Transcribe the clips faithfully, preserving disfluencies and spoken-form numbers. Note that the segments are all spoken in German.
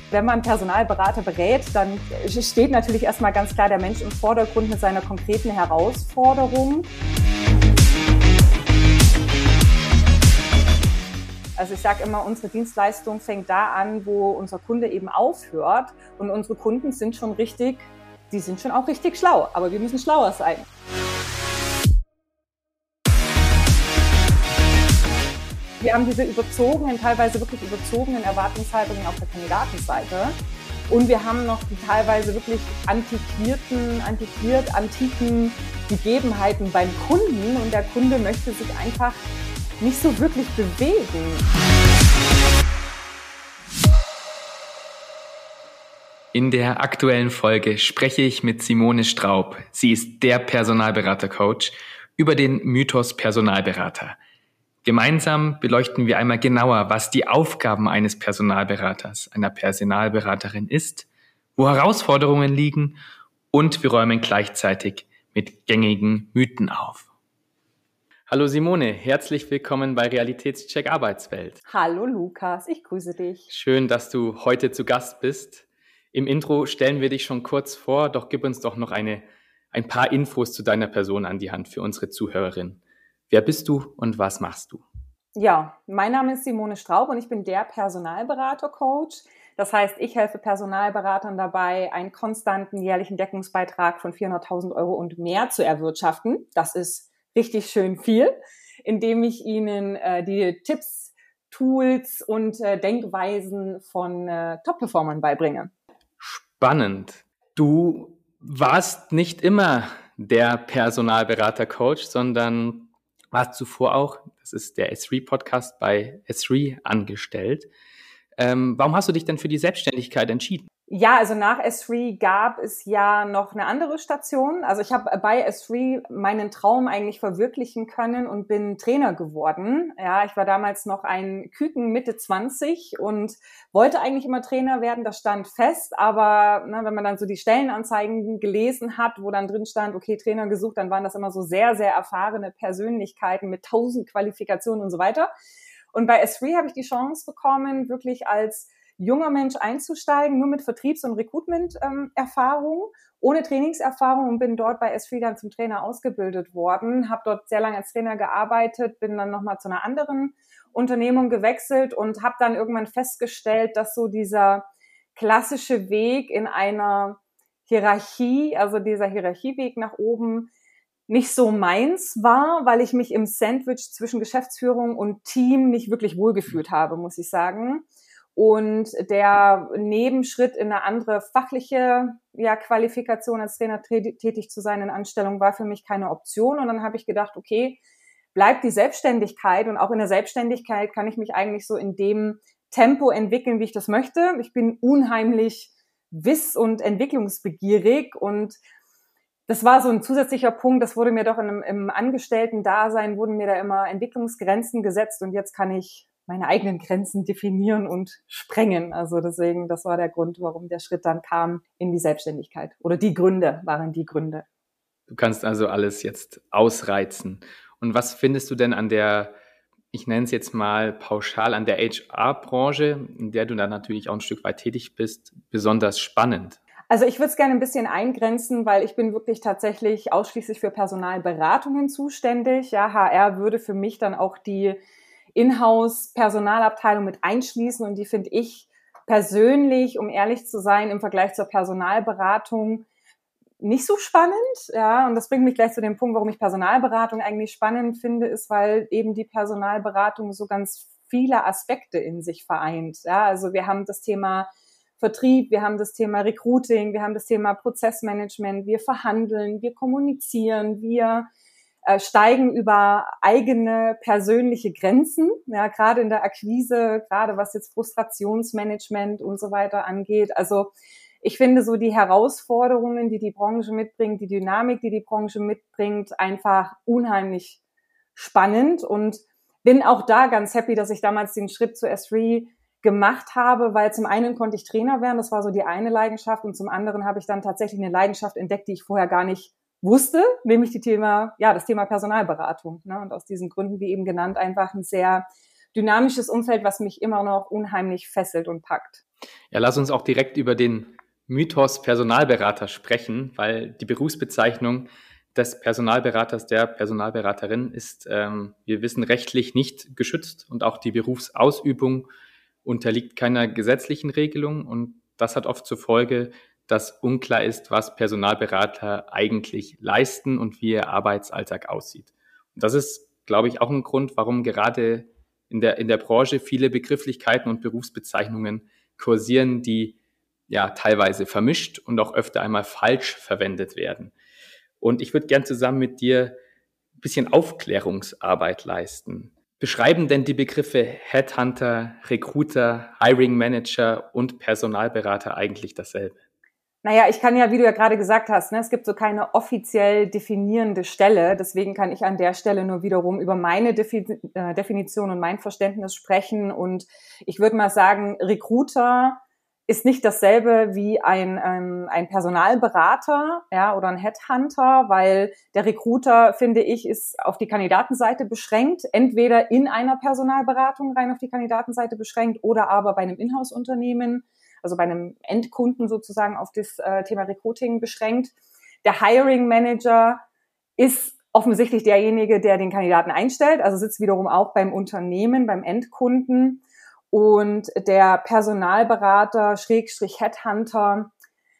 Wenn man Personalberater berät, dann steht natürlich erstmal ganz klar der Mensch im Vordergrund mit seiner konkreten Herausforderung. Also ich sage immer, unsere Dienstleistung fängt da an, wo unser Kunde eben aufhört. Und unsere Kunden sind schon richtig, die sind schon auch richtig schlau, aber wir müssen schlauer sein. Wir haben diese überzogenen, teilweise wirklich überzogenen Erwartungshaltungen auf der Kandidatenseite. Und wir haben noch die teilweise wirklich antiquierten, antiquiert, antiken Gegebenheiten beim Kunden. Und der Kunde möchte sich einfach nicht so wirklich bewegen. In der aktuellen Folge spreche ich mit Simone Straub. Sie ist der Personalberater-Coach über den Mythos Personalberater. Gemeinsam beleuchten wir einmal genauer, was die Aufgaben eines Personalberaters, einer Personalberaterin ist, wo Herausforderungen liegen und wir räumen gleichzeitig mit gängigen Mythen auf. Hallo Simone, herzlich willkommen bei Realitätscheck Arbeitswelt. Hallo Lukas, ich grüße dich. Schön, dass du heute zu Gast bist. Im Intro stellen wir dich schon kurz vor, doch gib uns doch noch eine, ein paar Infos zu deiner Person an die Hand für unsere Zuhörerinnen. Wer bist du und was machst du? Ja, mein Name ist Simone Straub und ich bin der Personalberater-Coach. Das heißt, ich helfe Personalberatern dabei, einen konstanten jährlichen Deckungsbeitrag von vierhunderttausend Euro und mehr zu erwirtschaften. Das ist richtig schön viel, indem ich ihnen äh, die Tipps, Tools und äh, Denkweisen von äh, Top-Performern beibringe. Spannend. Du warst nicht immer der Personalberater-Coach, sondern warst zuvor auch, das ist der S drei Podcast, bei S drei angestellt. Ähm, warum hast du dich denn für die Selbstständigkeit entschieden? Ja, also nach S drei gab es ja noch eine andere Station. Also ich habe bei S drei meinen Traum eigentlich verwirklichen können und bin Trainer geworden. Ja, ich war damals noch ein Küken Mitte zwanzig und wollte eigentlich immer Trainer werden. Das stand fest, aber ne, wenn man dann so die Stellenanzeigen gelesen hat, wo dann drin stand, okay, Trainer gesucht, dann waren das immer so sehr, sehr erfahrene Persönlichkeiten mit tausend Qualifikationen und so weiter. Und bei S drei habe ich die Chance bekommen, wirklich als junger Mensch einzusteigen, nur mit Vertriebs- und Recruitment-Erfahrung, ähm, ohne Trainingserfahrung und bin dort bei S drei dann zum Trainer ausgebildet worden, habe dort sehr lange als Trainer gearbeitet, bin dann nochmal zu einer anderen Unternehmung gewechselt und habe dann irgendwann festgestellt, dass so dieser klassische Weg in einer Hierarchie, also dieser Hierarchieweg nach oben, nicht so meins war, weil ich mich im Sandwich zwischen Geschäftsführung und Team nicht wirklich wohlgefühlt habe, muss ich sagen. Und der Nebenschritt in eine andere fachliche ja, Qualifikation als Trainer tätig zu sein in Anstellung war für mich keine Option. Und dann habe ich gedacht, okay, bleibt die Selbstständigkeit. Und auch in der Selbstständigkeit kann ich mich eigentlich so in dem Tempo entwickeln, wie ich das möchte. Ich bin unheimlich wiss- und entwicklungsbegierig. Und das war so ein zusätzlicher Punkt. Das wurde mir doch in einem, im Angestellten-Dasein, wurden mir da immer Entwicklungsgrenzen gesetzt. Und jetzt kann ich meine eigenen Grenzen definieren und sprengen. Also deswegen, das war der Grund, warum der Schritt dann kam in die Selbstständigkeit. Oder die Gründe waren die Gründe. Du kannst also alles jetzt ausreizen. Und was findest du denn an der, ich nenne es jetzt mal pauschal, an der H R-Branche, in der du dann natürlich auch ein Stück weit tätig bist, besonders spannend? Also ich würde es gerne ein bisschen eingrenzen, weil ich bin wirklich tatsächlich ausschließlich für Personalberatungen zuständig. Ja, H R würde für mich dann auch die Inhouse-Personalabteilung mit einschließen und die finde ich persönlich, um ehrlich zu sein, im Vergleich zur Personalberatung nicht so spannend. Ja, und das bringt mich gleich zu dem Punkt, warum ich Personalberatung eigentlich spannend finde, ist, weil eben die Personalberatung so ganz viele Aspekte in sich vereint. Ja, also wir haben das Thema Vertrieb, wir haben das Thema Recruiting, wir haben das Thema Prozessmanagement, wir verhandeln, wir kommunizieren, wir steigen über eigene persönliche Grenzen, ja, gerade in der Akquise, gerade was jetzt Frustrationsmanagement und so weiter angeht. Also ich finde so die Herausforderungen, die die Branche mitbringt, die Dynamik, die die Branche mitbringt, einfach unheimlich spannend und bin auch da ganz happy, dass ich damals den Schritt zu S drei gemacht habe, weil zum einen konnte ich Trainer werden, das war so die eine Leidenschaft und zum anderen habe ich dann tatsächlich eine Leidenschaft entdeckt, die ich vorher gar nicht wusste, nämlich die Thema, ja, das Thema Personalberatung. Ne? Und aus diesen Gründen, wie eben genannt, einfach ein sehr dynamisches Umfeld, was mich immer noch unheimlich fesselt und packt. Ja, lass uns auch direkt über den Mythos Personalberater sprechen, weil die Berufsbezeichnung des Personalberaters, der Personalberaterin ist, ähm, wir wissen, rechtlich nicht geschützt und auch die Berufsausübung unterliegt keiner gesetzlichen Regelung und das hat oft zur Folge, dass unklar ist, was Personalberater eigentlich leisten und wie ihr Arbeitsalltag aussieht. Und das ist, glaube ich, auch ein Grund, warum gerade in der, in der Branche viele Begrifflichkeiten und Berufsbezeichnungen kursieren, die ja teilweise vermischt und auch öfter einmal falsch verwendet werden. Und ich würde gern zusammen mit dir ein bisschen Aufklärungsarbeit leisten. Beschreiben denn die Begriffe Headhunter, Recruiter, Hiring Manager und Personalberater eigentlich dasselbe? Naja, ich kann ja, wie du ja gerade gesagt hast, ne, es gibt so keine offiziell definierende Stelle. Deswegen kann ich an der Stelle nur wiederum über meine Defi- äh, Definition und mein Verständnis sprechen. Und ich würde mal sagen, Recruiter ist nicht dasselbe wie ein, ähm, ein Personalberater, ja, oder ein Headhunter, weil der Recruiter, finde ich, ist auf die Kandidatenseite beschränkt, entweder in einer Personalberatung rein auf die Kandidatenseite beschränkt oder aber bei einem Inhouse-Unternehmen, also bei einem Endkunden sozusagen auf das äh, Thema Recruiting beschränkt. Der Hiring Manager ist offensichtlich derjenige, der den Kandidaten einstellt, also sitzt wiederum auch beim Unternehmen, beim Endkunden. Und der Personalberater, Schrägstrich Headhunter,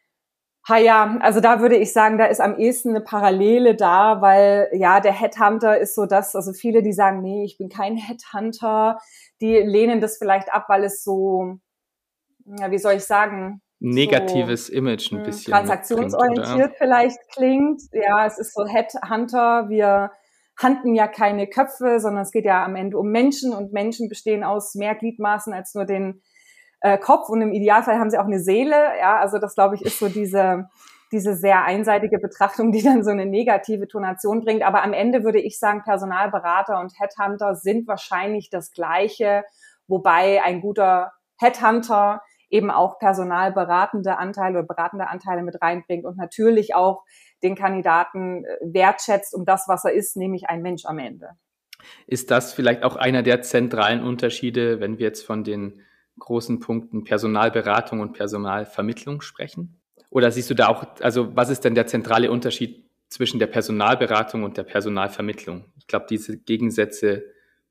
ha ja, also da würde ich sagen, da ist am ehesten eine Parallele da, weil ja, der Headhunter ist so das, also viele, die sagen, nee, ich bin kein Headhunter, die lehnen das vielleicht ab, weil es so, ja, wie soll ich sagen, so Negatives Image ein mh, bisschen mitbringt, oder? transaktionsorientiert vielleicht klingt. Ja, es ist so Headhunter, wir hunten ja keine Köpfe, sondern es geht ja am Ende um Menschen und Menschen bestehen aus mehr Gliedmaßen als nur den äh, Kopf und im Idealfall haben sie auch eine Seele. Ja, also das, glaube ich, ist so diese diese sehr einseitige Betrachtung, die dann so eine negative Tonation bringt. Aber am Ende würde ich sagen, Personalberater und Headhunter sind wahrscheinlich das Gleiche, wobei ein guter Headhunter eben auch personalberatende Anteile oder beratende Anteile mit reinbringt und natürlich auch den Kandidaten wertschätzt um das, was er ist, nämlich ein Mensch am Ende. Ist das vielleicht auch einer der zentralen Unterschiede, wenn wir jetzt von den großen Punkten Personalberatung und Personalvermittlung sprechen? Oder siehst du da auch, also was ist denn der zentrale Unterschied zwischen der Personalberatung und der Personalvermittlung? Ich glaube, diese Gegensätze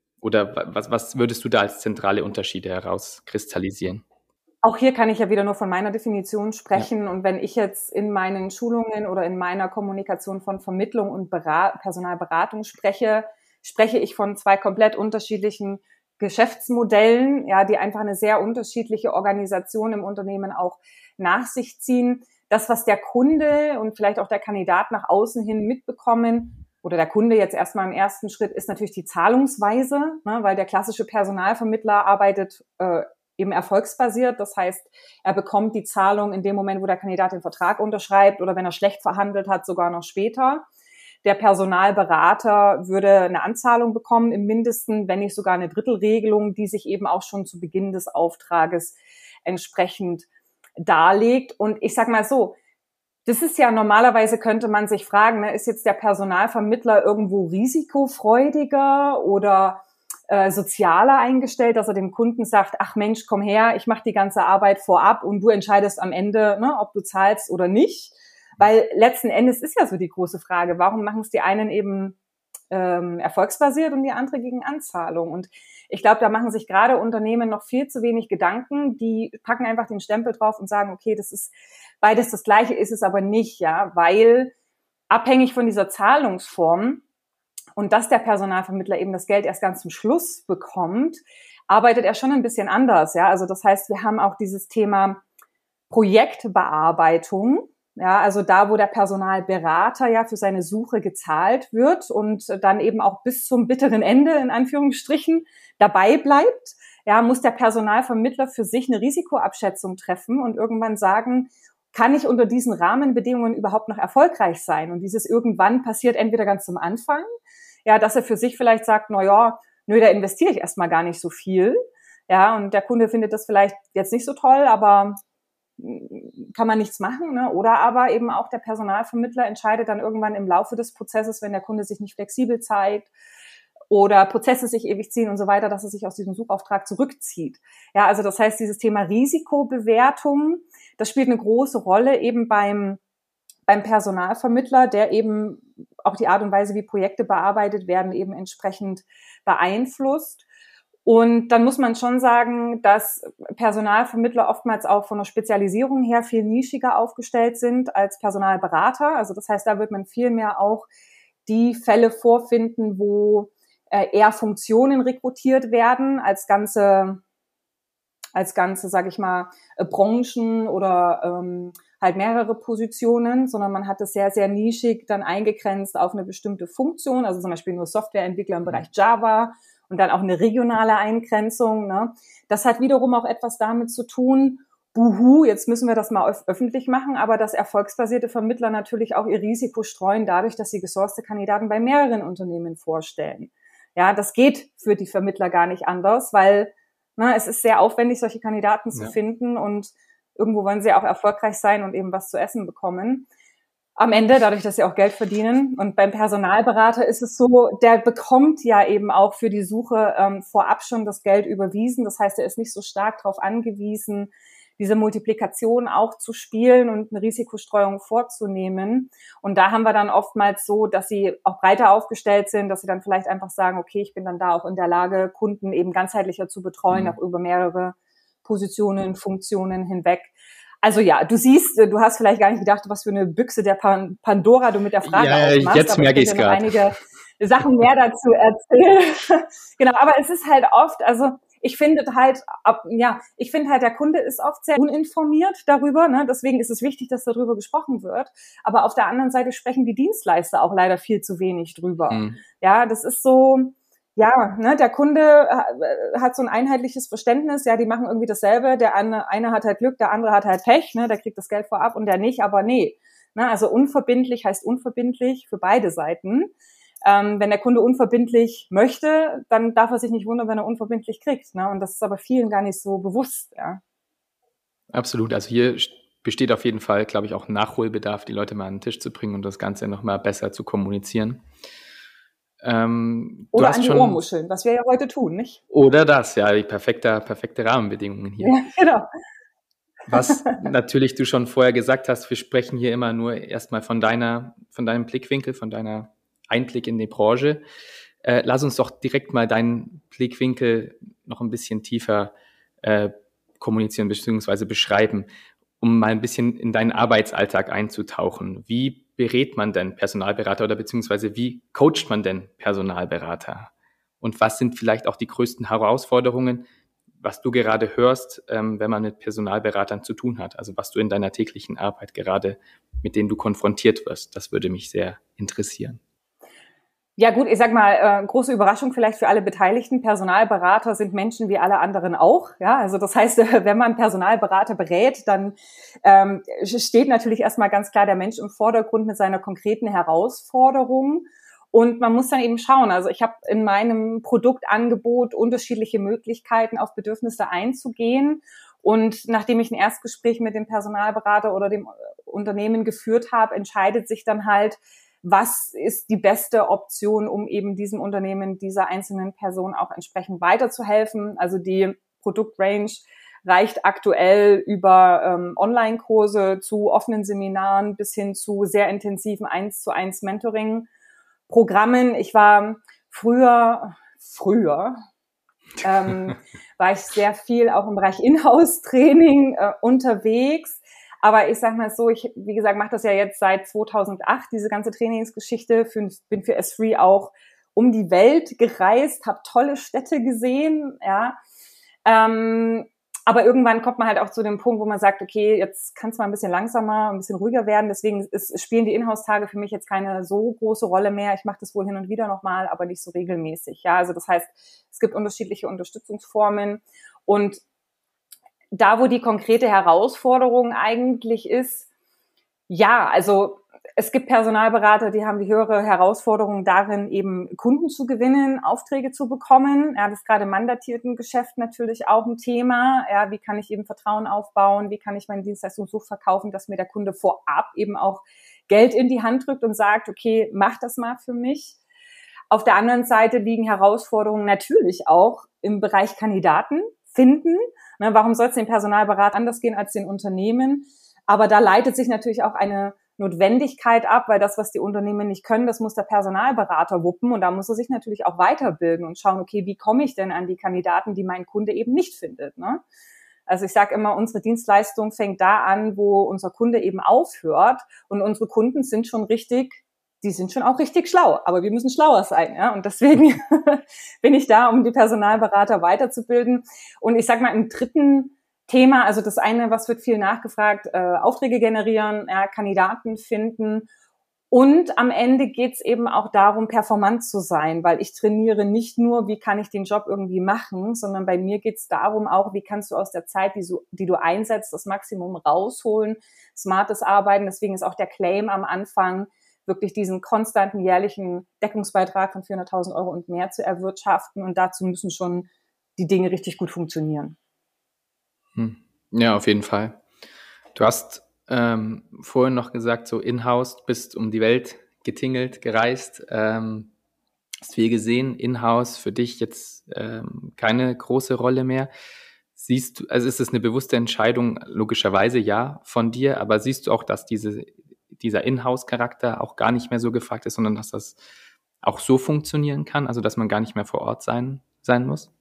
oder was, was würdest du da als zentrale Unterschiede herauskristallisieren? Auch hier kann ich ja wieder nur von meiner Definition Ja. sprechen. Und wenn ich jetzt in meinen Schulungen oder in meiner Kommunikation von Vermittlung und Berat- Personalberatung spreche, spreche ich von zwei komplett unterschiedlichen Geschäftsmodellen, ja, die einfach eine sehr unterschiedliche Organisation im Unternehmen auch nach sich ziehen. Das, was der Kunde und vielleicht auch der Kandidat nach außen hin mitbekommen, oder der Kunde jetzt erstmal im ersten Schritt, ist natürlich die Zahlungsweise, ne, weil der klassische Personalvermittler arbeitet äh, eben erfolgsbasiert. Das heißt, er bekommt die Zahlung in dem Moment, wo der Kandidat den Vertrag unterschreibt oder wenn er schlecht verhandelt hat, sogar noch später. Der Personalberater würde eine Anzahlung bekommen, im Mindesten, wenn nicht sogar eine Drittelregelung, die sich eben auch schon zu Beginn des Auftrages entsprechend darlegt. Und ich sage mal so, das ist ja normalerweise, könnte man sich fragen, ne, ist jetzt der Personalvermittler irgendwo risikofreudiger oder äh, sozialer eingestellt, dass er dem Kunden sagt, ach Mensch, komm her, ich mache die ganze Arbeit vorab und du entscheidest am Ende, ne, ob du zahlst oder nicht. Weil letzten Endes ist ja so die große Frage, warum machen es die einen eben ähm, erfolgsbasiert und die andere gegen Anzahlung? Und ich glaube, da machen sich gerade Unternehmen noch viel zu wenig Gedanken. Die packen einfach den Stempel drauf und sagen, okay, das ist beides das Gleiche, ist es aber nicht, ja, weil abhängig von dieser Zahlungsform und dass der Personalvermittler eben das Geld erst ganz zum Schluss bekommt, arbeitet er schon ein bisschen anders, ja. Also das heißt, wir haben auch dieses Thema Projektbearbeitung. Ja, also da, wo der Personalberater ja für seine Suche gezahlt wird und dann eben auch bis zum bitteren Ende, in Anführungsstrichen, dabei bleibt, ja, muss der Personalvermittler für sich eine Risikoabschätzung treffen und irgendwann sagen, kann ich unter diesen Rahmenbedingungen überhaupt noch erfolgreich sein? Und dieses irgendwann passiert entweder ganz zum Anfang, ja, dass er für sich vielleicht sagt, na ja, nö, da investiere ich erstmal gar nicht so viel. Ja, und der Kunde findet das vielleicht jetzt nicht so toll, aber kann man nichts machen, ne? Oder aber eben auch der Personalvermittler entscheidet dann irgendwann im Laufe des Prozesses, wenn der Kunde sich nicht flexibel zeigt oder Prozesse sich ewig ziehen und so weiter, dass es sich aus diesem Suchauftrag zurückzieht. Ja, also das heißt, dieses Thema Risikobewertung, das spielt eine große Rolle eben beim beim Personalvermittler, der eben auch die Art und Weise, wie Projekte bearbeitet werden, eben entsprechend beeinflusst. Und dann muss man schon sagen, dass Personalvermittler oftmals auch von der Spezialisierung her viel nischiger aufgestellt sind als Personalberater. Also das heißt, da wird man viel mehr auch die Fälle vorfinden, wo äh, eher Funktionen rekrutiert werden als ganze, als ganze, sage ich mal, äh, Branchen oder ähm, halt mehrere Positionen, sondern man hat es sehr, sehr nischig dann eingegrenzt auf eine bestimmte Funktion, also zum Beispiel nur Softwareentwickler im Bereich Java und dann auch eine regionale Eingrenzung. Ne? Das hat wiederum auch etwas damit zu tun, buhu, jetzt müssen wir das mal öf- öffentlich machen, aber dass erfolgsbasierte Vermittler natürlich auch ihr Risiko streuen, dadurch, dass sie gesourcete Kandidaten bei mehreren Unternehmen vorstellen. Ja, das geht für die Vermittler gar nicht anders, weil na, es ist sehr aufwendig, solche Kandidaten zu ja. finden und irgendwo wollen sie auch erfolgreich sein und eben was zu essen bekommen. Am Ende, dadurch, dass sie auch Geld verdienen. Und beim Personalberater ist es so, der bekommt ja eben auch für die Suche ähm, vorab schon das Geld überwiesen. Das heißt, er ist nicht so stark darauf angewiesen, diese Multiplikation auch zu spielen und eine Risikostreuung vorzunehmen. Und da haben wir dann oftmals so, dass sie auch breiter aufgestellt sind, dass sie dann vielleicht einfach sagen, okay, ich bin dann da auch in der Lage, Kunden eben ganzheitlicher zu betreuen, mhm. auch über mehrere Positionen, Funktionen hinweg. Also ja, du siehst, du hast vielleicht gar nicht gedacht, was für eine Büchse der Pan- Pandora du mit der Frage ja, aufmachst. Jetzt aber merke ich ich es noch gerade. Einige Sachen mehr dazu erzählen. Genau, aber es ist halt oft, also ich finde halt, ab, ja, ich finde halt, der Kunde ist oft sehr uninformiert darüber, ne? Deswegen ist es wichtig, dass darüber gesprochen wird. Aber auf der anderen Seite sprechen die Dienstleister auch leider viel zu wenig drüber. Mhm. Ja, das ist so, ja, ne, der Kunde hat so ein einheitliches Verständnis, ja, die machen irgendwie dasselbe, der eine, eine hat halt Glück, der andere hat halt Pech, ne, der kriegt das Geld vorab und der nicht, aber nee. Ne, also unverbindlich heißt unverbindlich für beide Seiten. Ähm, wenn der Kunde unverbindlich möchte, dann darf er sich nicht wundern, wenn er unverbindlich kriegt. Ne? Und das ist aber vielen gar nicht so bewusst. Ja. Absolut. Also hier besteht auf jeden Fall, glaube ich, auch Nachholbedarf, die Leute mal an den Tisch zu bringen und das Ganze nochmal besser zu kommunizieren. Ähm, oder an die schon, Ohrmuscheln, was wir ja heute tun, nicht? Oder das, ja, die perfekte, perfekte Rahmenbedingungen hier. Ja, genau. Was natürlich du schon vorher gesagt hast, wir sprechen hier immer nur erstmal von deiner, von deinem Blickwinkel, von deiner Einblick in die Branche. Äh, lass uns doch direkt mal deinen Blickwinkel noch ein bisschen tiefer äh, kommunizieren bzw. beschreiben, um mal ein bisschen in deinen Arbeitsalltag einzutauchen. Wie berät man denn Personalberater oder beziehungsweise wie coacht man denn Personalberater? Und was sind vielleicht auch die größten Herausforderungen, was du gerade hörst, ähm, wenn man mit Personalberatern zu tun hat? Also was du in deiner täglichen Arbeit gerade, mit denen du konfrontiert wirst, das würde mich sehr interessieren. Ja gut, ich sag mal, äh, große Überraschung vielleicht für alle Beteiligten. Personalberater sind Menschen wie alle anderen auch. Ja, also das heißt, wenn man Personalberater berät, dann ähm, steht natürlich erstmal ganz klar der Mensch im Vordergrund mit seiner konkreten Herausforderung. Und man muss dann eben schauen. Also ich habe in meinem Produktangebot unterschiedliche Möglichkeiten, auf Bedürfnisse einzugehen. Und nachdem ich ein Erstgespräch mit dem Personalberater oder dem Unternehmen geführt habe, entscheidet sich dann halt, was ist die beste Option, um eben diesem Unternehmen, dieser einzelnen Person auch entsprechend weiterzuhelfen. Also die Produktrange reicht aktuell über ähm, Online-Kurse zu offenen Seminaren bis hin zu sehr intensiven eins zu eins Mentoring-Programmen. Ich war früher, früher, ähm, war ich sehr viel auch im Bereich Inhouse-Training äh, unterwegs. Aber ich sag mal so, ich, wie gesagt, mache das ja jetzt seit zweitausendacht, diese ganze Trainingsgeschichte, für, bin für S drei auch um die Welt gereist, habe tolle Städte gesehen, ja. Ähm, aber irgendwann kommt man halt auch zu dem Punkt, wo man sagt, okay, jetzt kann es mal ein bisschen langsamer, ein bisschen ruhiger werden. Deswegen ist, spielen die Inhouse-Tage für mich jetzt keine so große Rolle mehr. Ich mache das wohl hin und wieder nochmal, aber nicht so regelmäßig. Ja, also das heißt, es gibt unterschiedliche Unterstützungsformen und da, wo die konkrete Herausforderung eigentlich ist, ja, also es gibt Personalberater, die haben die höhere Herausforderung darin, eben Kunden zu gewinnen, Aufträge zu bekommen. Ja, das ist gerade im mandatierten Geschäft natürlich auch ein Thema. Ja, wie kann ich eben Vertrauen aufbauen? Wie kann ich meine Dienstleistung so verkaufen, dass mir der Kunde vorab eben auch Geld in die Hand drückt und sagt, okay, mach das mal für mich. Auf der anderen Seite liegen Herausforderungen natürlich auch im Bereich Kandidaten finden. Ne, warum soll es den Personalberater anders gehen als den Unternehmen? Aber da leitet sich natürlich auch eine Notwendigkeit ab, weil das, was die Unternehmen nicht können, das muss der Personalberater wuppen. Und da muss er sich natürlich auch weiterbilden und schauen, okay, wie komme ich denn an die Kandidaten, die mein Kunde eben nicht findet, ne? Also ich sage immer, unsere Dienstleistung fängt da an, wo unser Kunde eben aufhört. Und unsere Kunden sind schon richtig, die sind schon auch richtig schlau. Aber wir müssen schlauer sein, ja. Und deswegen bin ich da, um die Personalberater weiterzubilden. Und ich sage mal, im dritten Thema, also das eine, was wird viel nachgefragt, äh, Aufträge generieren, ja, Kandidaten finden. Und am Ende geht's eben auch darum, performant zu sein, weil ich trainiere nicht nur, wie kann ich den Job irgendwie machen, sondern bei mir geht's darum auch, wie kannst du aus der Zeit, die, so, die du einsetzt, das Maximum rausholen, smartes Arbeiten. Deswegen ist auch der Claim am Anfang, wirklich diesen konstanten jährlichen Deckungsbeitrag von vierhunderttausend Euro und mehr zu erwirtschaften. Und dazu müssen schon die Dinge richtig gut funktionieren. Hm. Ja, auf jeden Fall. Du hast ähm, vorhin noch gesagt, so in-house, bist um die Welt getingelt, gereist, ähm, hast viel gesehen, in-house für dich jetzt ähm, keine große Rolle mehr. Siehst du, also ist es eine bewusste Entscheidung, logischerweise ja, von dir, aber siehst du auch, dass diese, dieser In-house-Charakter auch gar nicht mehr so gefragt ist, sondern dass das auch so funktionieren kann, also dass man gar nicht mehr vor Ort sein, sein muss?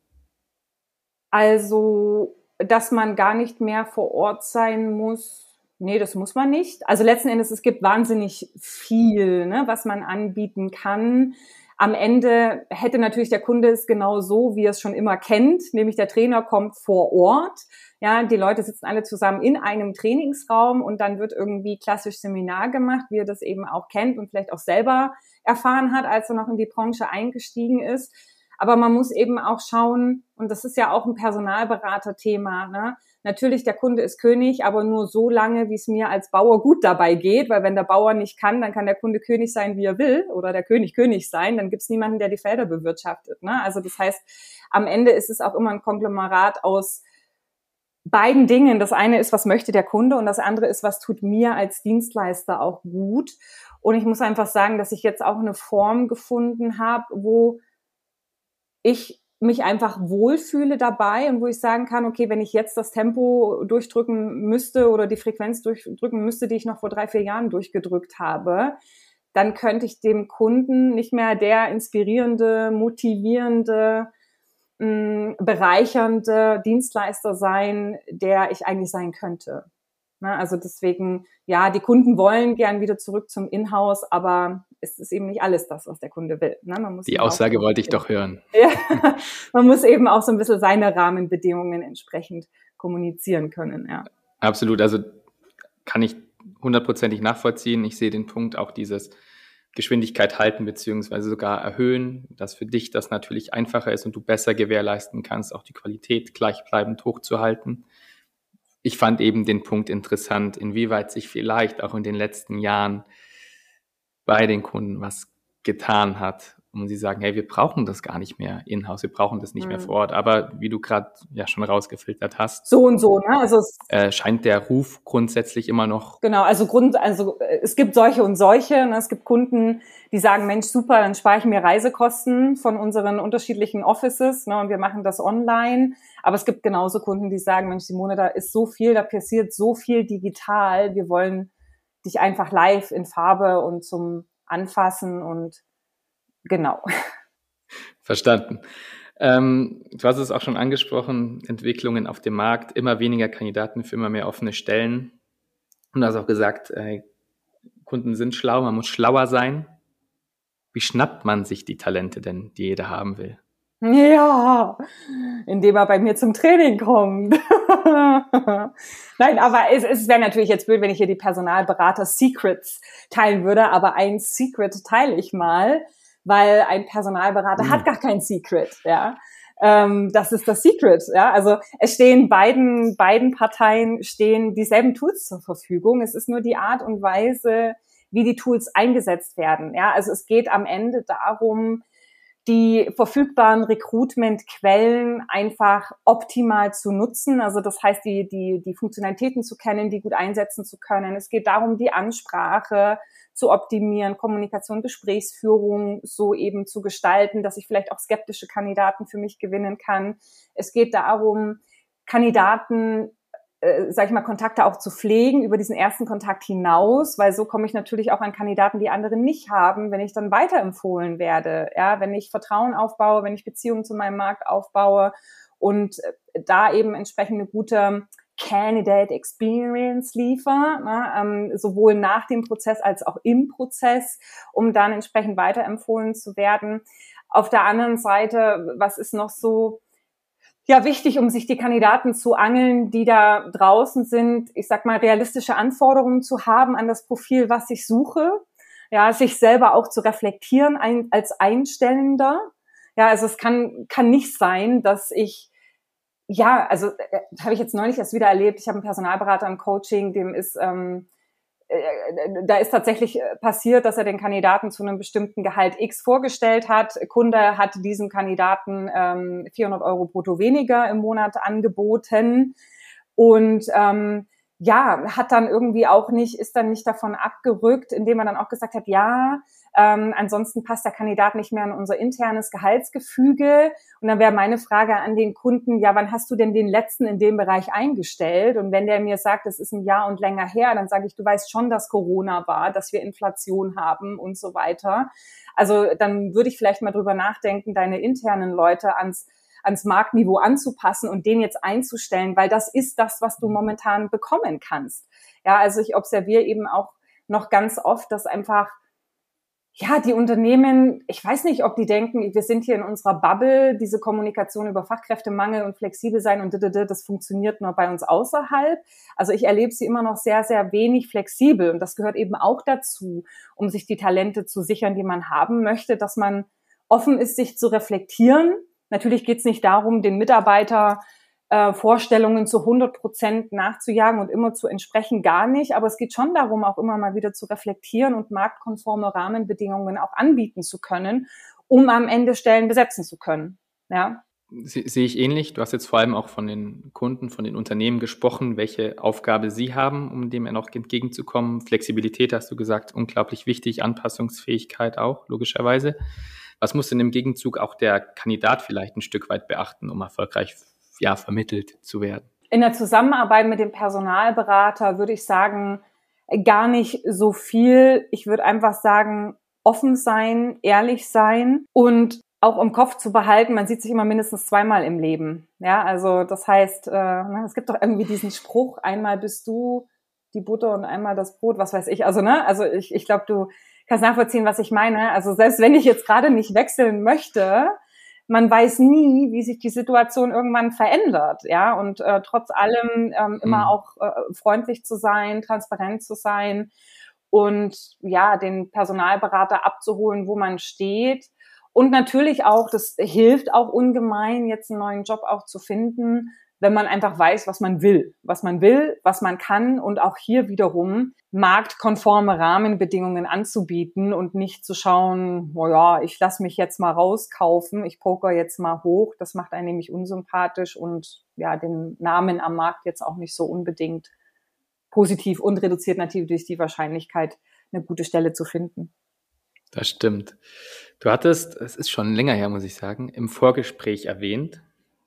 Also, dass man gar nicht mehr vor Ort sein muss, nee, das muss man nicht. Also letzten Endes, es gibt wahnsinnig viel, ne, was man anbieten kann. Am Ende hätte natürlich der Kunde es genau so, wie er es schon immer kennt, nämlich der Trainer kommt vor Ort. Ja, die Leute sitzen alle zusammen in einem Trainingsraum und dann wird irgendwie klassisch Seminar gemacht, wie er das eben auch kennt und vielleicht auch selber erfahren hat, als er noch in die Branche eingestiegen ist. Aber man muss eben auch schauen, und das ist ja auch ein Personalberater-Thema, ne? Natürlich, der Kunde ist König, aber nur so lange, wie es mir als Bauer gut dabei geht, weil wenn der Bauer nicht kann, dann kann der Kunde König sein, wie er will, oder der König König sein, dann gibt es niemanden, der die Felder bewirtschaftet, ne? Also das heißt, am Ende ist es auch immer ein Konglomerat aus beiden Dingen. Das eine ist, was möchte der Kunde, und das andere ist, was tut mir als Dienstleister auch gut. Und ich muss einfach sagen, dass ich jetzt auch eine Form gefunden habe, wo ich mich einfach wohlfühle dabei und wo ich sagen kann, okay, wenn ich jetzt das Tempo durchdrücken müsste oder die Frequenz durchdrücken müsste, die ich noch vor drei, vier Jahren durchgedrückt habe, dann könnte ich dem Kunden nicht mehr der inspirierende, motivierende, mh, bereichernde Dienstleister sein, der ich eigentlich sein könnte. Na, also deswegen, ja, die Kunden wollen gern wieder zurück zum Inhouse, aber es ist eben nicht alles das, was der Kunde will. Ne? Man muss Die Aussage auch, wollte ich doch hören. Ja, man muss eben auch so ein bisschen seine Rahmenbedingungen entsprechend kommunizieren können. Ja. Absolut, also kann ich hundertprozentig nachvollziehen. Ich sehe den Punkt auch dieses Geschwindigkeit halten beziehungsweise sogar erhöhen, dass für dich das natürlich einfacher ist und du besser gewährleisten kannst, auch die Qualität gleichbleibend hochzuhalten. Ich fand eben den Punkt interessant, inwieweit sich vielleicht auch in den letzten Jahren bei den Kunden was getan hat, um sie sagen, hey, wir brauchen das gar nicht mehr in-house, wir brauchen das nicht mhm. mehr vor Ort. Aber wie du gerade ja schon rausgefiltert hast, so und so, ne? Also es äh, scheint der Ruf grundsätzlich immer noch. Genau, also Grund, also es gibt solche und solche. Ne? Es gibt Kunden, die sagen, Mensch, super, dann spare ich mir Reisekosten von unseren unterschiedlichen Offices, ne, und wir machen das online. Aber es gibt genauso Kunden, die sagen, Mensch, Simone, da ist so viel, da passiert so viel digital. Wir wollen dich einfach live in Farbe und zum Anfassen und genau. Verstanden. Ähm, du hast es auch schon angesprochen, Entwicklungen auf dem Markt, immer weniger Kandidaten für immer mehr offene Stellen. Und du hast auch gesagt, äh, Kunden sind schlau, man muss schlauer sein. Wie schnappt man sich die Talente denn, die jeder haben will? Ja, indem er bei mir zum Training kommt. Nein, aber es, es wäre natürlich jetzt blöd, wenn ich hier die Personalberater-Secrets teilen würde, aber ein Secret teile ich mal, weil ein Personalberater hm. hat gar kein Secret, ja. Ähm, das ist das Secret, ja. Also es stehen beiden, beiden Parteien stehen dieselben Tools zur Verfügung. Es ist nur die Art und Weise, wie die Tools eingesetzt werden, ja. Also es geht am Ende darum, die verfügbaren Recruitment-Quellen einfach optimal zu nutzen. Also das heißt, die, die, die Funktionalitäten zu kennen, die gut einsetzen zu können. Es geht darum, die Ansprache zu optimieren, Kommunikation, Gesprächsführung so eben zu gestalten, dass ich vielleicht auch skeptische Kandidaten für mich gewinnen kann. Es geht darum, Kandidaten Äh, sag ich mal, Kontakte auch zu pflegen über diesen ersten Kontakt hinaus, weil so komme ich natürlich auch an Kandidaten, die andere nicht haben, wenn ich dann weiterempfohlen werde, ja, wenn ich Vertrauen aufbaue, wenn ich Beziehungen zu meinem Markt aufbaue und da eben entsprechend eine gute Candidate Experience liefere, ne, ähm, sowohl nach dem Prozess als auch im Prozess, um dann entsprechend weiterempfohlen zu werden. Auf der anderen Seite, was ist noch so ja, wichtig, um sich die Kandidaten zu angeln, die da draußen sind, ich sag mal, realistische Anforderungen zu haben an das Profil, was ich suche. Ja, sich selber auch zu reflektieren ein, als Einstellender. Ja, also es kann, kann nicht sein, dass ich, ja, also äh, habe ich jetzt neulich erst wieder erlebt. Ich habe einen Personalberater im Coaching, dem ist, ähm, da ist tatsächlich passiert, dass er den Kandidaten zu einem bestimmten Gehalt X vorgestellt hat. Kunde hat diesem Kandidaten ähm, vierhundert Euro brutto weniger im Monat angeboten und ähm, ja, hat dann irgendwie auch nicht, ist dann nicht davon abgerückt, indem er dann auch gesagt hat, ja, ähm, ansonsten passt der Kandidat nicht mehr in unser internes Gehaltsgefüge. Und dann wäre meine Frage an den Kunden, ja, wann hast du denn den letzten in dem Bereich eingestellt? Und wenn der mir sagt, das ist ein Jahr und länger her, dann sage ich, du weißt schon, dass Corona war, dass wir Inflation haben und so weiter. Also dann würde ich vielleicht mal drüber nachdenken, deine internen Leute ans ans Marktniveau anzupassen und den jetzt einzustellen, weil das ist das, was du momentan bekommen kannst. Ja, also ich observiere eben auch noch ganz oft, dass einfach, ja, die Unternehmen, ich weiß nicht, ob die denken, wir sind hier in unserer Bubble, diese Kommunikation über Fachkräftemangel und flexibel sein und das funktioniert nur bei uns außerhalb. Also ich erlebe sie immer noch sehr, sehr wenig flexibel und das gehört eben auch dazu, um sich die Talente zu sichern, die man haben möchte, dass man offen ist, sich zu reflektieren. Natürlich geht es nicht darum, den Mitarbeiter äh, Vorstellungen zu hundert Prozent nachzujagen und immer zu entsprechen, gar nicht. Aber es geht schon darum, auch immer mal wieder zu reflektieren und marktkonforme Rahmenbedingungen auch anbieten zu können, um am Ende Stellen besetzen zu können. Ja. Sie, sehe ich ähnlich. Du hast jetzt vor allem auch von den Kunden, von den Unternehmen gesprochen, welche Aufgabe sie haben, um dem noch entgegenzukommen. Flexibilität hast du gesagt, unglaublich wichtig, Anpassungsfähigkeit auch, logischerweise. Was muss denn im Gegenzug auch der Kandidat vielleicht ein Stück weit beachten, um erfolgreich ja, vermittelt zu werden? In der Zusammenarbeit mit dem Personalberater würde ich sagen, gar nicht so viel. Ich würde einfach sagen, offen sein, ehrlich sein und auch im Kopf zu behalten, man sieht sich immer mindestens zweimal im Leben. Ja, also das heißt, äh, es gibt doch irgendwie diesen Spruch, einmal bist du die Butter und einmal das Brot, was weiß ich. Also, ne, also ich, ich glaube, du kannst nachvollziehen, was ich meine. Also selbst wenn ich jetzt gerade nicht wechseln möchte, man weiß nie, wie sich die Situation irgendwann verändert, ja. Und äh, trotz allem ähm, immer mhm. auch äh, freundlich zu sein, transparent zu sein und ja, den Personalberater abzuholen, wo man steht. Und natürlich auch, das hilft auch ungemein, jetzt einen neuen Job auch zu finden, wenn man einfach weiß, was man will, was man will, was man kann und auch hier wiederum marktkonforme Rahmenbedingungen anzubieten und nicht zu schauen, oh ja, ich lasse mich jetzt mal rauskaufen, ich poker jetzt mal hoch, das macht einen nämlich unsympathisch und ja, den Namen am Markt jetzt auch nicht so unbedingt positiv und reduziert natürlich die Wahrscheinlichkeit, eine gute Stelle zu finden. Das stimmt. Du hattest, es ist schon länger her, muss ich sagen, im Vorgespräch erwähnt,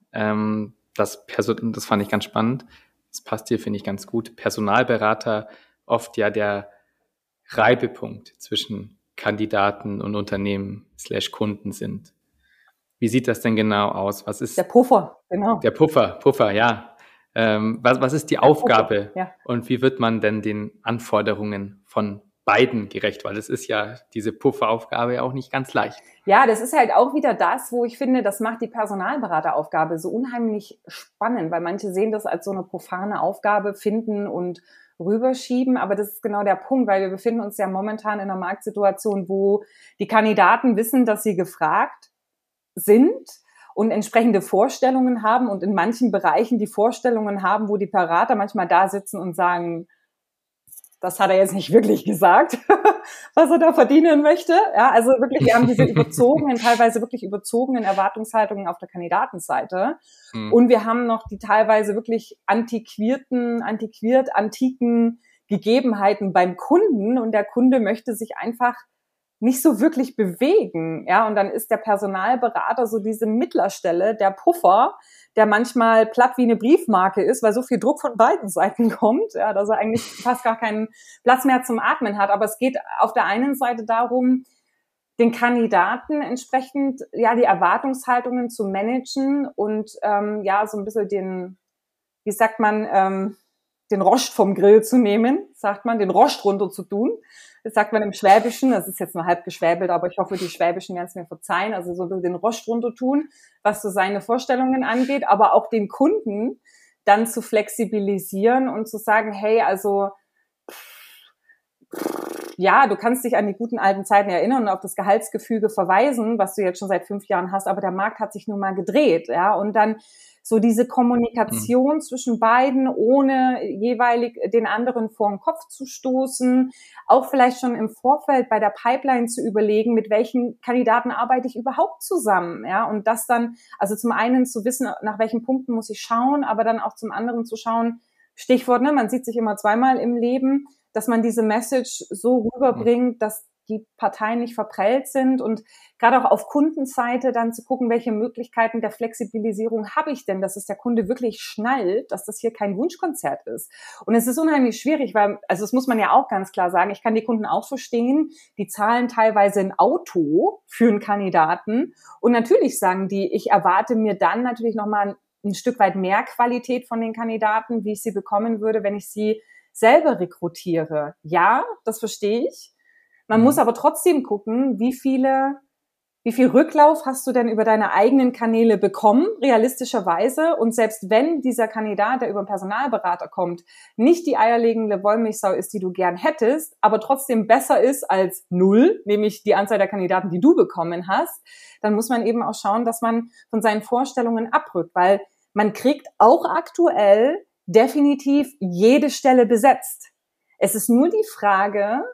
ähm, Das, Person, das fand ich ganz spannend. Das passt hier, finde ich, ganz gut. Personalberater oft ja der Reibepunkt zwischen Kandidaten und Unternehmen slash Kunden sind. Wie sieht das denn genau aus? Was ist der Puffer, genau. Der Puffer, Puffer, ja. Ähm, was, was ist die der Aufgabe Puffer, ja. Und wie wird man denn den Anforderungen von beiden gerecht? Weil es ist ja diese Pufferaufgabe ja auch nicht ganz leicht. Ja, das ist halt auch wieder das, wo ich finde, das macht die Personalberateraufgabe so unheimlich spannend, weil manche sehen das als so eine profane Aufgabe, finden und rüberschieben, aber das ist genau der Punkt, weil wir befinden uns ja momentan in einer Marktsituation, wo die Kandidaten wissen, dass sie gefragt sind und entsprechende Vorstellungen haben und in manchen Bereichen die Vorstellungen haben, wo die Berater manchmal da sitzen und sagen, das hat er jetzt nicht wirklich gesagt, was er da verdienen möchte. Ja, also wirklich, wir haben diese überzogenen, teilweise wirklich überzogenen Erwartungshaltungen auf der Kandidatenseite. Mhm. Und wir haben noch die teilweise wirklich antiquierten, antiquiert, antiken Gegebenheiten beim Kunden. Und der Kunde möchte sich einfach nicht so wirklich bewegen. Ja, und dann ist der Personalberater so diese Mittlerstelle, der Puffer, der manchmal platt wie eine Briefmarke ist, weil so viel Druck von beiden Seiten kommt, ja, dass er eigentlich fast gar keinen Platz mehr zum Atmen hat. Aber es geht auf der einen Seite darum, den Kandidaten entsprechend ja die Erwartungshaltungen zu managen und ähm, ja so ein bisschen den, wie sagt man, ähm, den Rost vom Grill zu nehmen, sagt man, den Rost runter zu tun. Das sagt man im Schwäbischen, das ist jetzt nur halb geschwäbelt, aber ich hoffe, die Schwäbischen werden es mir verzeihen, also so den Rost runter tun, was so seine Vorstellungen angeht, aber auch den Kunden dann zu flexibilisieren und zu sagen, hey, also ja, du kannst dich an die guten alten Zeiten erinnern und auf das Gehaltsgefüge verweisen, was du jetzt schon seit fünf Jahren hast, aber der Markt hat sich nun mal gedreht, ja, und dann so diese Kommunikation mhm. zwischen beiden, ohne jeweilig den anderen vor den Kopf zu stoßen, auch vielleicht schon im Vorfeld bei der Pipeline zu überlegen, mit welchen Kandidaten arbeite ich überhaupt zusammen, ja, und das dann, also zum einen zu wissen, nach welchen Punkten muss ich schauen, aber dann auch zum anderen zu schauen, Stichwort, ne, man sieht sich immer zweimal im Leben, dass man diese Message so rüberbringt, mhm. dass die Parteien nicht verprellt sind und gerade auch auf Kundenseite dann zu gucken, welche Möglichkeiten der Flexibilisierung habe ich denn, dass es der Kunde wirklich schnallt, dass das hier kein Wunschkonzert ist. Und es ist unheimlich schwierig, weil, also das muss man ja auch ganz klar sagen, ich kann die Kunden auch verstehen, die zahlen teilweise ein Auto für einen Kandidaten und natürlich sagen die, ich erwarte mir dann natürlich nochmal ein, ein Stück weit mehr Qualität von den Kandidaten, wie ich sie bekommen würde, wenn ich sie selber rekrutiere. Ja, das verstehe ich. Man muss aber trotzdem gucken, wie viele, wie viel Rücklauf hast du denn über deine eigenen Kanäle bekommen, realistischerweise. Und selbst wenn dieser Kandidat, der über einen Personalberater kommt, nicht die eierlegende Wollmilchsau ist, die du gern hättest, aber trotzdem besser ist als null, nämlich die Anzahl der Kandidaten, die du bekommen hast, dann muss man eben auch schauen, dass man von seinen Vorstellungen abrückt, weil man kriegt auch aktuell definitiv jede Stelle besetzt. Es ist nur die Frage,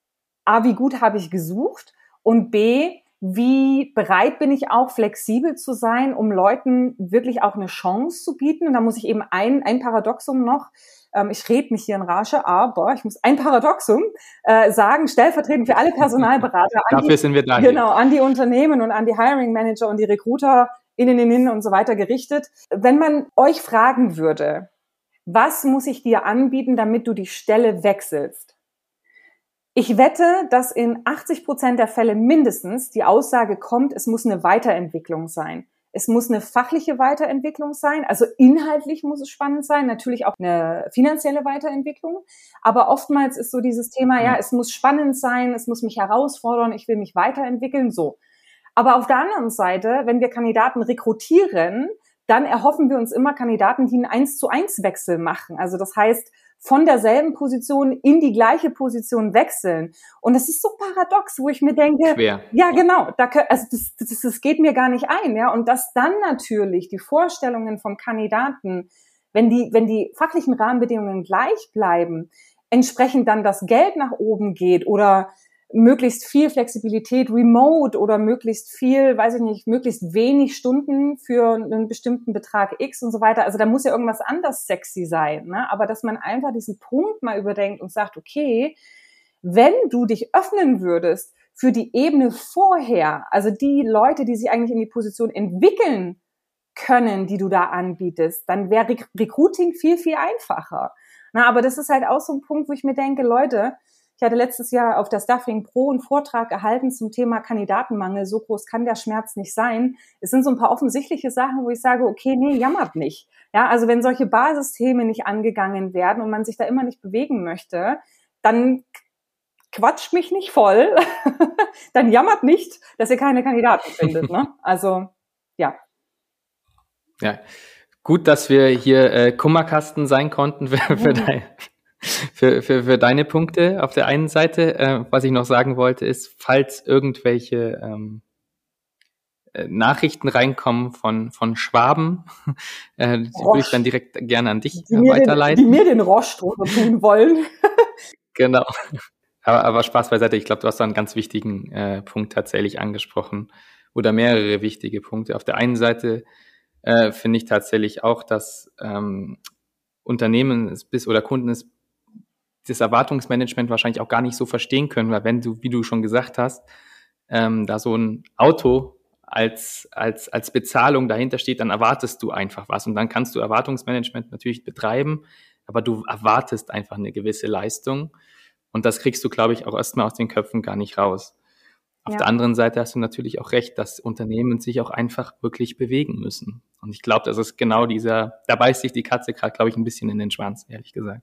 A, wie gut habe ich gesucht und B, wie bereit bin ich auch, flexibel zu sein, um Leuten wirklich auch eine Chance zu bieten. Und da muss ich eben ein, ein Paradoxum noch, ähm, ich rede mich hier in Rage, aber ich muss ein Paradoxum äh, sagen, stellvertretend für alle Personalberater. An Dafür die, sind wir da. Genau, an die Unternehmen und an die Hiring Manager und die Recruiter innen, innen und so weiter gerichtet. Wenn man euch fragen würde, was muss ich dir anbieten, damit du die Stelle wechselst? Ich wette, dass in achtzig Prozent der Fälle mindestens die Aussage kommt, es muss eine Weiterentwicklung sein. Es muss eine fachliche Weiterentwicklung sein, also inhaltlich muss es spannend sein, natürlich auch eine finanzielle Weiterentwicklung. Aber oftmals ist so dieses Thema, ja, es muss spannend sein, es muss mich herausfordern, ich will mich weiterentwickeln, so. Aber auf der anderen Seite, wenn wir Kandidaten rekrutieren, dann erhoffen wir uns immer Kandidaten, die einen eins zu eins Wechsel machen. Also das heißt, von derselben Position in die gleiche Position wechseln. Und das ist so paradox, wo ich mir denke, Schwer. Ja, genau, da, also das, das, das geht mir gar nicht ein, ja. Und dass dann natürlich die Vorstellungen vom Kandidaten, wenn die, wenn die fachlichen Rahmenbedingungen gleich bleiben, entsprechend dann das Geld nach oben geht oder möglichst viel Flexibilität remote oder möglichst viel, weiß ich nicht, möglichst wenig Stunden für einen bestimmten Betrag X und so weiter. Also da muss ja irgendwas anders sexy sein, ne? Aber dass man einfach diesen Punkt mal überdenkt und sagt, okay, wenn du dich öffnen würdest für die Ebene vorher, also die Leute, die sich eigentlich in die Position entwickeln können, die du da anbietest, dann wäre Rec- Recruiting viel, viel einfacher. Na, aber das ist halt auch so ein Punkt, wo ich mir denke, Leute, ich hatte letztes Jahr auf der Staffing Pro einen Vortrag erhalten zum Thema Kandidatenmangel. So groß kann der Schmerz nicht sein. Es sind so ein paar offensichtliche Sachen, wo ich sage, okay, nee, jammert nicht. Ja, also wenn solche Basisthemen nicht angegangen werden und man sich da immer nicht bewegen möchte, dann quatscht mich nicht voll. Dann jammert nicht, dass ihr keine Kandidaten findet. Ne? Also, ja. Ja, gut, dass wir hier äh, Kummerkasten sein konnten für, für dein... Für, für, für deine Punkte auf der einen Seite. Äh, was ich noch sagen wollte, ist, falls irgendwelche ähm, äh, Nachrichten reinkommen von, von Schwaben, äh, die würde ich dann direkt gerne an dich die äh, mir weiterleiten. Den, die mir den Rost drunter tun wollen. Genau. Aber, aber Spaß beiseite, ich glaube, du hast da einen ganz wichtigen äh, Punkt tatsächlich angesprochen oder mehrere wichtige Punkte. Auf der einen Seite äh, finde ich tatsächlich auch, dass ähm, Unternehmen es bis oder Kunden es das Erwartungsmanagement wahrscheinlich auch gar nicht so verstehen können, weil wenn du, wie du schon gesagt hast, ähm, da so ein Auto als, als, als Bezahlung dahinter steht, dann erwartest du einfach was und dann kannst du Erwartungsmanagement natürlich betreiben, aber du erwartest einfach eine gewisse Leistung und das kriegst du, glaube ich, auch erstmal aus den Köpfen gar nicht raus. Auf Ja. der anderen Seite hast du natürlich auch recht, dass Unternehmen sich auch einfach wirklich bewegen müssen. Und ich glaube, das ist genau dieser, da beißt sich die Katze gerade, glaube ich, ein bisschen in den Schwanz, ehrlich gesagt.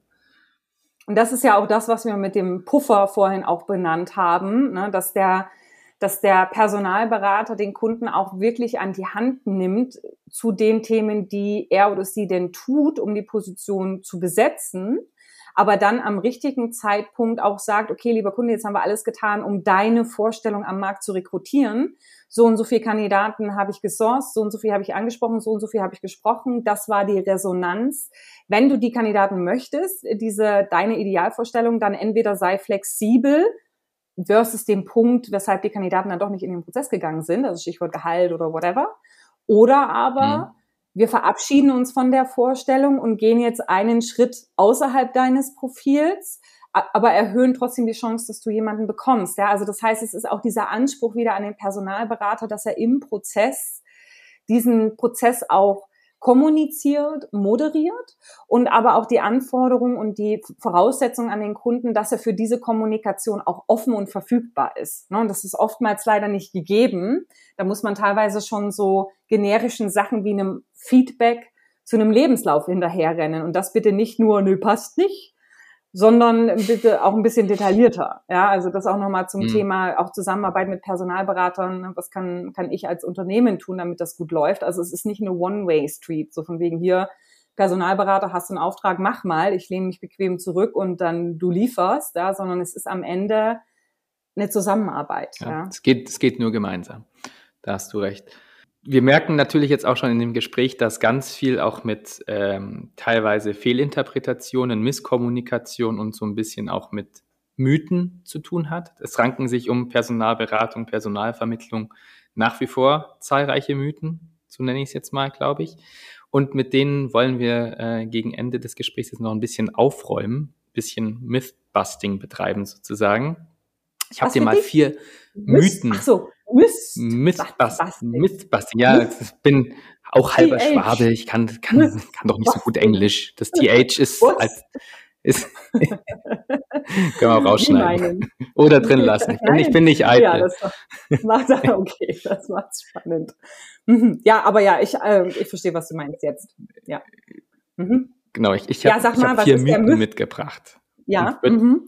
Und das ist ja auch das, was wir mit dem Puffer vorhin auch benannt haben, ne, dass der, dass der Personalberater den Kunden auch wirklich an die Hand nimmt zu den Themen, die er oder sie denn tut, um die Position zu besetzen, aber dann am richtigen Zeitpunkt auch sagt, okay, lieber Kunde, jetzt haben wir alles getan, um deine Vorstellung am Markt zu rekrutieren. So und so viele Kandidaten habe ich gesourced, so und so viel habe ich angesprochen, so und so viel habe ich gesprochen. Das war die Resonanz. Wenn du die Kandidaten möchtest, diese deine Idealvorstellung, dann entweder sei flexibel versus dem Punkt, weshalb die Kandidaten dann doch nicht in den Prozess gegangen sind, also Stichwort Gehalt oder whatever. Oder aber mhm. wir verabschieden uns von der Vorstellung und gehen jetzt einen Schritt außerhalb deines Profils, aber erhöhen trotzdem die Chance, dass du jemanden bekommst. Ja, also das heißt, es ist auch dieser Anspruch wieder an den Personalberater, dass er im Prozess diesen Prozess auch kommuniziert, moderiert und aber auch die Anforderungen und die Voraussetzungen an den Kunden, dass er für diese Kommunikation auch offen und verfügbar ist. Und das ist oftmals leider nicht gegeben. Da muss man teilweise schon so generischen Sachen wie einem Feedback zu einem Lebenslauf hinterherrennen und das bitte nicht nur, nö, passt nicht, sondern bitte auch ein bisschen detaillierter. Ja, also das auch nochmal zum mhm. Thema auch Zusammenarbeit mit Personalberatern. Was kann, kann ich als Unternehmen tun, damit das gut läuft? Also es ist nicht eine One-Way-Street, so von wegen hier, Personalberater, hast du einen Auftrag, mach mal, ich lehne mich bequem zurück und dann du lieferst, ja, sondern es ist am Ende eine Zusammenarbeit. Ja, ja. Es geht, es geht nur gemeinsam. Da hast du recht. Wir merken natürlich jetzt auch schon in dem Gespräch, dass ganz viel auch mit ähm, teilweise Fehlinterpretationen, Misskommunikation und so ein bisschen auch mit Mythen zu tun hat. Es ranken sich um Personalberatung, Personalvermittlung nach wie vor zahlreiche Mythen, so nenne ich es jetzt mal, glaube ich. Und mit denen wollen wir äh, gegen Ende des Gesprächs jetzt noch ein bisschen aufräumen, ein bisschen Mythbusting betreiben sozusagen. Ich habe dir mal vier Mythen. Ach so. Myth, Mythbusting. Mythbusting. Ja, ich bin auch halber T H. Schwabe. Ich kann, kann, kann doch nicht so gut Englisch. Das T H ist, als, ist können wir auch rausschneiden. Oder drin lassen. Ich bin, ich bin nicht eitel. Ja, das macht, okay, das macht's spannend. Ja, aber ja, ich, äh, ich verstehe, was du meinst jetzt. Ja. Mhm. Genau, ich, ich habe ja, hab vier Mythen mitgebracht. Ja. Mhm.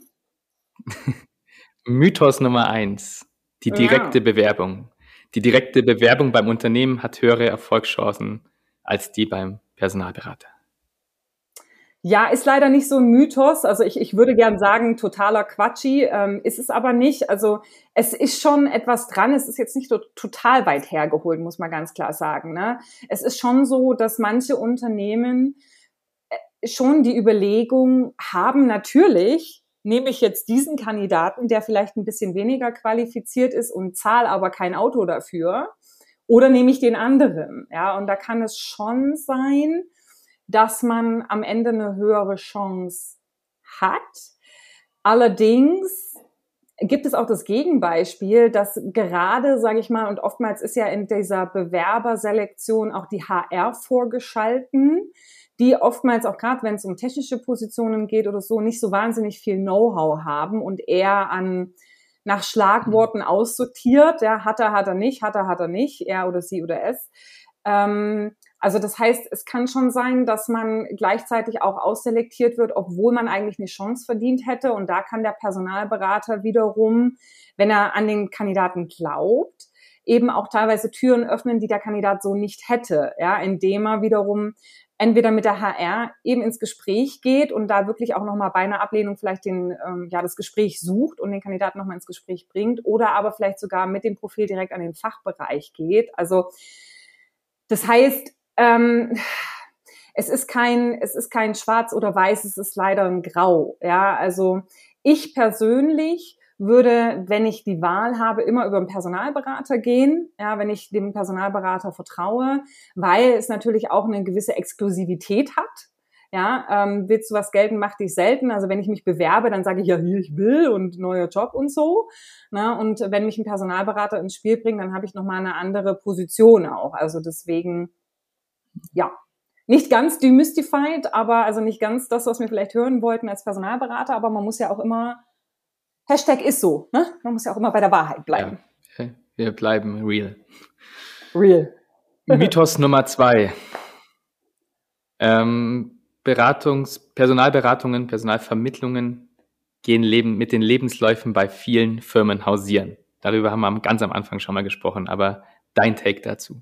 Mythos Nummer eins. Die direkte ja. Bewerbung. Die direkte Bewerbung beim Unternehmen hat höhere Erfolgschancen als die beim Personalberater. Ja, ist leider nicht so ein Mythos. Also ich, ich würde gern sagen, totaler Quatschi. Ähm, ist es aber nicht. Also es ist schon etwas dran. Es ist jetzt nicht so total weit hergeholt, muss man ganz klar sagen. Ne? Es ist schon so, dass manche Unternehmen schon die Überlegung haben, natürlich, nehme ich jetzt diesen Kandidaten, der vielleicht ein bisschen weniger qualifiziert ist und zahle aber kein Auto dafür, oder nehme ich den anderen? Ja, und da kann es schon sein, dass man am Ende eine höhere Chance hat. Allerdings gibt es auch das Gegenbeispiel, dass gerade, sage ich mal, und oftmals ist ja in dieser Bewerberselektion auch die H R vorgeschalten, die oftmals auch gerade, wenn es um technische Positionen geht oder so, nicht so wahnsinnig viel Know-how haben und eher an nach Schlagworten aussortiert. Ja, hat er, hat er nicht, hat er, hat er nicht, er oder sie oder es. Ähm, also das heißt, es kann schon sein, dass man gleichzeitig auch ausselektiert wird, obwohl man eigentlich eine Chance verdient hätte. Und da kann der Personalberater wiederum, wenn er an den Kandidaten glaubt, eben auch teilweise Türen öffnen, die der Kandidat so nicht hätte, ja, indem er wiederum entweder mit der H R eben ins Gespräch geht und da wirklich auch nochmal bei einer Ablehnung vielleicht den, ähm, ja, das Gespräch sucht und den Kandidaten nochmal ins Gespräch bringt oder aber vielleicht sogar mit dem Profil direkt an den Fachbereich geht. Also das heißt, ähm, es ist kein, es ist kein Schwarz oder Weiß, es ist leider ein Grau. Ja, also Ich persönlich würde, wenn ich die Wahl habe, immer über einen Personalberater gehen, ja, wenn ich dem Personalberater vertraue, weil es natürlich auch eine gewisse Exklusivität hat. Ja, ähm, willst du was gelten, mach dich selten. Also wenn ich mich bewerbe, dann sage ich ja, hier, ich will und neuer Job und so. Ne? Und wenn mich ein Personalberater ins Spiel bringt, dann habe ich nochmal eine andere Position auch. Also deswegen, ja, nicht ganz demystified, aber also nicht ganz das, was wir vielleicht hören wollten als Personalberater, aber man muss ja auch immer, Hashtag ist so, ne? Man muss ja auch immer bei der Wahrheit bleiben. Ja, wir bleiben real. Real. Mythos Nummer zwei. Ähm, Beratungs-, Personalberatungen, Personalvermittlungen gehen Leben, mit den Lebensläufen bei vielen Firmen hausieren. Darüber haben wir ganz am Anfang schon mal gesprochen, aber dein Take dazu?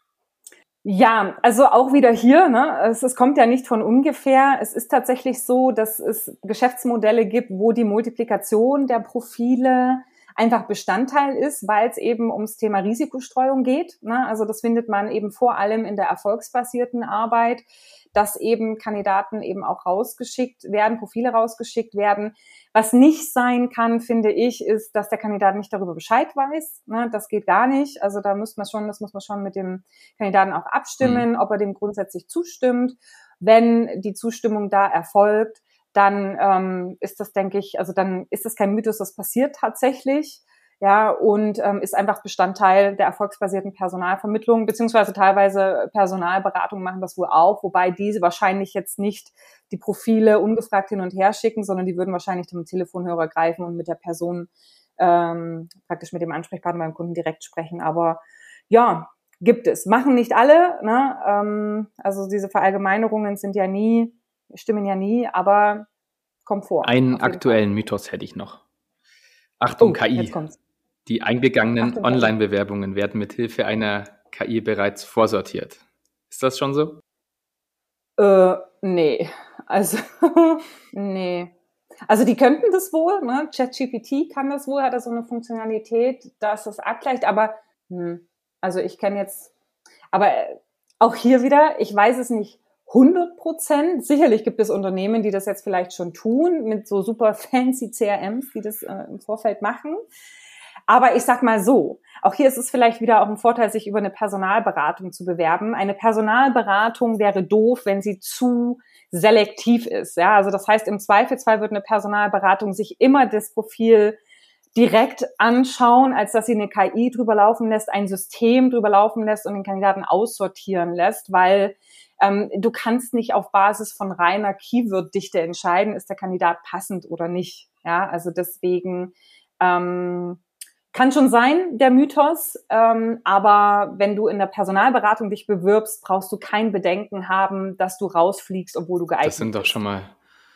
Ja, also auch wieder hier, ne? Es, es kommt ja nicht von ungefähr. Es ist tatsächlich so, dass es Geschäftsmodelle gibt, wo die Multiplikation der Profile einfach Bestandteil ist, weil es eben ums Thema Risikostreuung geht. Ne? Also das findet man eben vor allem in der erfolgsbasierten Arbeit, dass eben Kandidaten eben auch rausgeschickt werden, Profile rausgeschickt werden. Was nicht sein kann, finde ich, ist, dass der Kandidat nicht darüber Bescheid weiß. Ne? Das geht gar nicht. Also da muss man schon, das muss man schon mit dem Kandidaten auch abstimmen, mhm. ob er dem grundsätzlich zustimmt. Wenn die Zustimmung da erfolgt, dann ähm, ist das, denke ich, also dann ist das kein Mythos, das passiert tatsächlich. Ja, und ähm, ist einfach Bestandteil der erfolgsbasierten Personalvermittlung, beziehungsweise teilweise Personalberatungen machen das wohl auch, wobei diese wahrscheinlich jetzt nicht die Profile ungefragt hin und her schicken, sondern die würden wahrscheinlich zum Telefonhörer greifen und mit der Person, ähm, praktisch mit dem Ansprechpartner beim Kunden direkt sprechen. Aber ja, gibt es. Machen nicht alle, ne? Ähm, also diese Verallgemeinerungen sind ja nie, stimmen ja nie, aber kommt vor. Einen aktuellen Fall. Mythos hätte ich noch. Achtung, oh, K I. Jetzt kommt's. Die eingegangenen Online-Bewerbungen werden mit Hilfe einer K I bereits vorsortiert. Ist das schon so? Äh, nee. Also, nee. Also die könnten das wohl, ne? ChatGPT kann das wohl, hat da so eine Funktionalität, dass es abgleicht, aber hm, also ich kenne jetzt, aber auch hier wieder, ich weiß es nicht hundert Prozent. Sicherlich gibt es Unternehmen, die das jetzt vielleicht schon tun, mit so super fancy C R Ms, die das äh, im Vorfeld machen. Aber ich sag mal so, auch hier ist es vielleicht wieder auch ein Vorteil, sich über eine Personalberatung zu bewerben. Eine Personalberatung wäre doof, wenn sie zu selektiv ist. Ja, also das heißt, im Zweifelsfall wird eine Personalberatung sich immer das Profil direkt anschauen, als dass sie eine K I drüber laufen lässt, ein System drüber laufen lässt und den Kandidaten aussortieren lässt, weil ähm, du kannst nicht auf Basis von reiner Keyword-Dichte entscheiden, ist der Kandidat passend oder nicht. Ja, also deswegen ähm, kann schon sein, der Mythos, ähm, aber wenn du in der Personalberatung dich bewirbst, brauchst du kein Bedenken haben, dass du rausfliegst, obwohl du geeignet bist. Das sind doch schon mal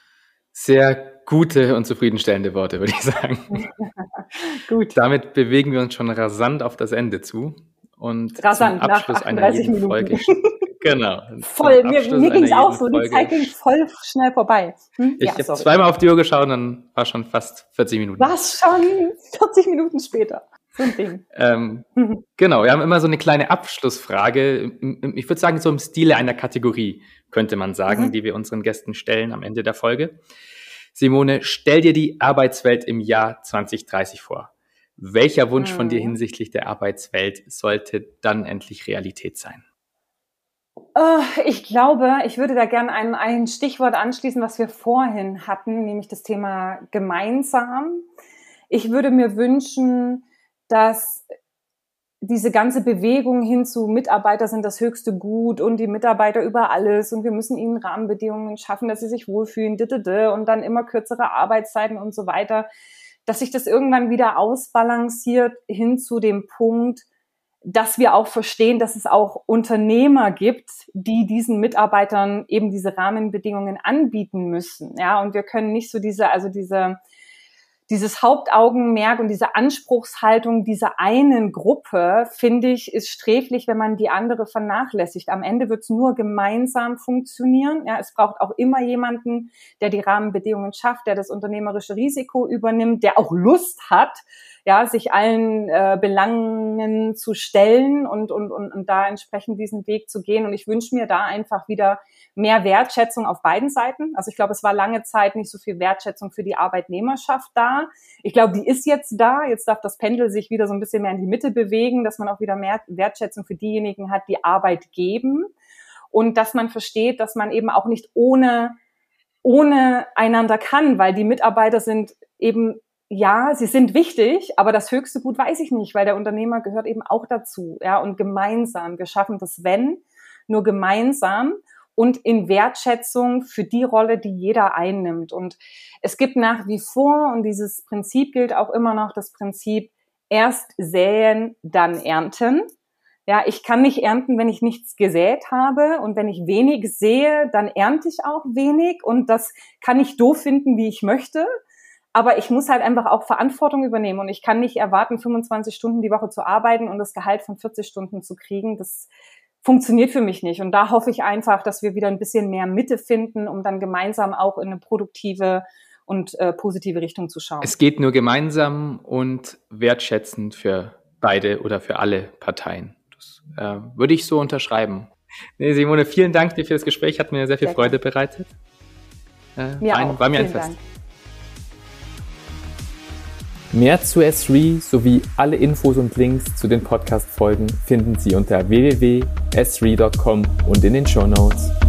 sehr gute und zufriedenstellende Worte, würde ich sagen. Gut. Damit bewegen wir uns schon rasant auf das Ende zu. Und rasant, zum Abschluss nach achtunddreißig einer jeden Minuten. Folge. Genau. Voll, mir, mir ging es auch so, die Zeit ging voll schnell vorbei. Hm? Ich ja, habe zweimal auf die Uhr geschaut und dann war schon fast vierzig Minuten. Was schon? vierzig Minuten später. So ein Ding. Ähm, genau, wir haben immer so eine kleine Abschlussfrage. Ich würde sagen, so im Stile einer Kategorie, könnte man sagen, mhm. die wir unseren Gästen stellen am Ende der Folge. Simone, stell dir die Arbeitswelt im Jahr zwanzig dreißig vor. Welcher Wunsch mhm. von dir hinsichtlich der Arbeitswelt sollte dann endlich Realität sein? Ich glaube, ich würde da gerne ein, ein Stichwort anschließen, was wir vorhin hatten, nämlich das Thema gemeinsam. Ich würde mir wünschen, dass diese ganze Bewegung hin zu Mitarbeiter sind das höchste Gut und die Mitarbeiter über alles und wir müssen ihnen Rahmenbedingungen schaffen, dass sie sich wohlfühlen und dann immer kürzere Arbeitszeiten und so weiter, dass sich das irgendwann wieder ausbalanciert hin zu dem Punkt, dass wir auch verstehen, dass es auch Unternehmer gibt, die diesen Mitarbeitern eben diese Rahmenbedingungen anbieten müssen. Ja, und wir können nicht so diese, also diese, dieses Hauptaugenmerk und diese Anspruchshaltung dieser einen Gruppe, finde ich, ist sträflich, wenn man die andere vernachlässigt. Am Ende wird es nur gemeinsam funktionieren. Ja, es braucht auch immer jemanden, der die Rahmenbedingungen schafft, der das unternehmerische Risiko übernimmt, der auch Lust hat, ja, sich allen äh, Belangen zu stellen und, und, und, und da entsprechend diesen Weg zu gehen. Und ich wünsche mir da einfach wieder mehr Wertschätzung auf beiden Seiten. Also ich glaube, es war lange Zeit nicht so viel Wertschätzung für die Arbeitnehmerschaft da. Ich glaube, die ist jetzt da. Jetzt darf das Pendel sich wieder so ein bisschen mehr in die Mitte bewegen, dass man auch wieder mehr Wertschätzung für diejenigen hat, die Arbeit geben. Und dass man versteht, dass man eben auch nicht ohne, ohne einander kann, weil die Mitarbeiter sind eben, ja, sie sind wichtig, aber das höchste Gut weiß ich nicht, weil der Unternehmer gehört eben auch dazu. Ja, und gemeinsam, wir schaffen das Wenn, nur gemeinsam. Und in Wertschätzung für die Rolle, die jeder einnimmt. Und es gibt nach wie vor, und dieses Prinzip gilt auch immer noch, das Prinzip erst säen, dann ernten. Ja, ich kann nicht ernten, wenn ich nichts gesät habe. Und wenn ich wenig sehe, dann ernte ich auch wenig. Und das kann ich doof finden, wie ich möchte. Aber ich muss halt einfach auch Verantwortung übernehmen. Und ich kann nicht erwarten, fünfundzwanzig Stunden die Woche zu arbeiten und das Gehalt von vierzig Stunden zu kriegen. Das funktioniert für mich nicht. Und da hoffe ich einfach, dass wir wieder ein bisschen mehr Mitte finden, um dann gemeinsam auch in eine produktive und äh, positive Richtung zu schauen. Es geht nur gemeinsam und wertschätzend für beide oder für alle Parteien. Das äh, würde ich so unterschreiben. Nee, Simone, vielen Dank dir für das Gespräch. Hat mir sehr viel sehr Freude gerne. bereitet. Äh, mir war, auch. war mir vielen ein Fest. Dank. Mehr zu S drei sowie alle Infos und Links zu den Podcast-Folgen finden Sie unter w w w punkt s drei punkt com und in den Shownotes.